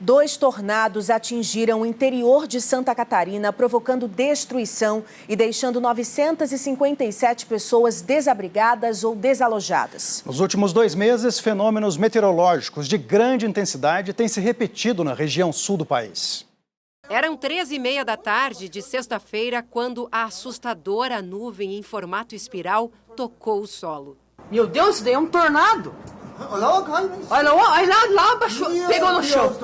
2 tornados atingiram o interior de Santa Catarina, provocando destruição e deixando 957 pessoas desabrigadas ou desalojadas. Nos últimos 2 meses, fenômenos meteorológicos de grande intensidade têm se repetido na região sul do país. Eram 13h30 da tarde de sexta-feira quando a assustadora nuvem em formato espiral tocou o solo. Meu Deus, isso daí é um tornado! Olha lá, baixou, pegou no chão.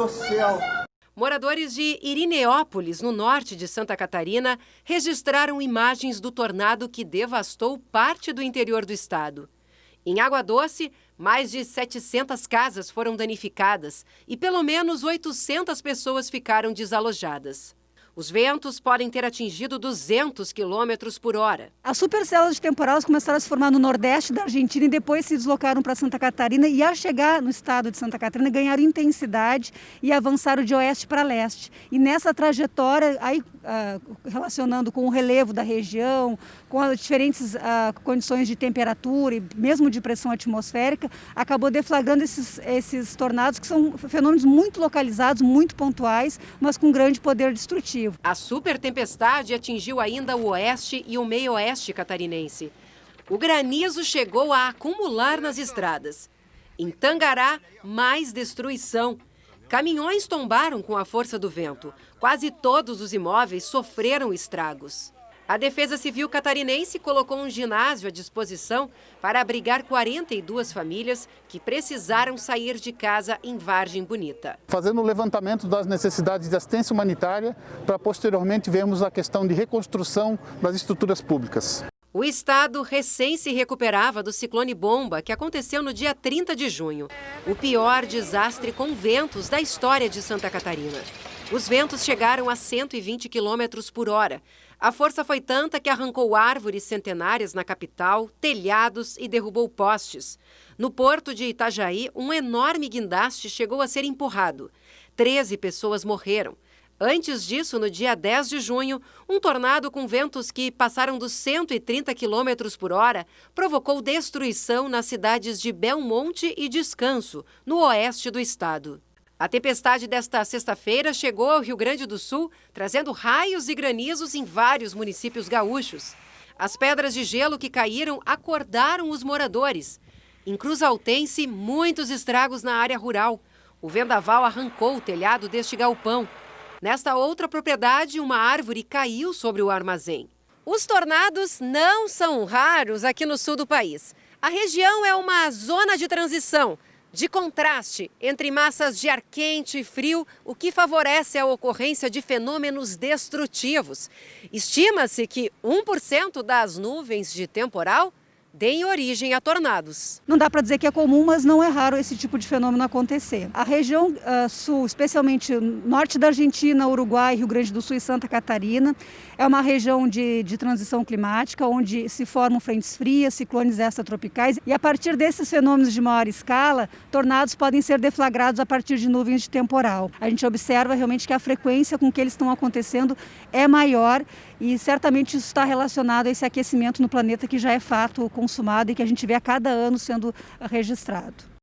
Moradores de Irineópolis, no norte de Santa Catarina, registraram imagens do tornado que devastou parte do interior do estado. Em Água Doce, mais de 700 casas foram danificadas e pelo menos 800 pessoas ficaram desalojadas. Os ventos podem ter atingido 200 km por hora. As supercélulas de temporal começaram a se formar no nordeste da Argentina e depois se deslocaram para Santa Catarina e, ao chegar no estado de Santa Catarina, ganharam intensidade e avançaram de oeste para leste. E nessa trajetória, aí, relacionando com o relevo da região, com as diferentes condições de temperatura e mesmo de pressão atmosférica, acabou deflagrando esses tornados, que são fenômenos muito localizados, muito pontuais, mas com grande poder destrutivo. A super tempestade atingiu ainda o oeste e o meio-oeste catarinense. O granizo chegou a acumular nas estradas. Em Tangará, mais destruição. Caminhões tombaram com a força do vento. Quase todos os imóveis sofreram estragos. A Defesa Civil catarinense colocou um ginásio à disposição para abrigar 42 famílias que precisaram sair de casa em Vargem Bonita. Fazendo o levantamento das necessidades de assistência humanitária para posteriormente vermos a questão de reconstrução das estruturas públicas. O estado recém se recuperava do ciclone Bomba, que aconteceu no dia 30 de junho. O pior desastre com ventos da história de Santa Catarina. Os ventos chegaram a 120 km por hora. A força foi tanta que arrancou árvores centenárias na capital, telhados e derrubou postes. No porto de Itajaí, um enorme guindaste chegou a ser empurrado. 13 pessoas morreram. Antes disso, no dia 10 de junho, um tornado com ventos que passaram dos 130 km por hora provocou destruição nas cidades de Belmonte e Descanso, no oeste do estado. A tempestade desta sexta-feira chegou ao Rio Grande do Sul, trazendo raios e granizos em vários municípios gaúchos. As pedras de gelo que caíram acordaram os moradores. Em Cruz Altense, muitos estragos na área rural. O vendaval arrancou o telhado deste galpão. Nesta outra propriedade, uma árvore caiu sobre o armazém. Os tornados não são raros aqui no sul do país. A região é uma zona de transição, de contraste entre massas de ar quente e frio, o que favorece a ocorrência de fenômenos destrutivos. Estima-se que 1% das nuvens de temporal deem origem a tornados. Não dá para dizer que é comum, mas não é raro esse tipo de fenômeno acontecer. A região sul, especialmente norte da Argentina, Uruguai, Rio Grande do Sul e Santa Catarina, é uma região de transição climática, onde se formam frentes frias, ciclones extratropicais, e a partir desses fenômenos de maior escala, tornados podem ser deflagrados a partir de nuvens de temporal. A gente observa realmente que a frequência com que eles estão acontecendo é maior e certamente isso está relacionado a esse aquecimento no planeta que já é fato consumado e que a gente vê a cada ano sendo registrado.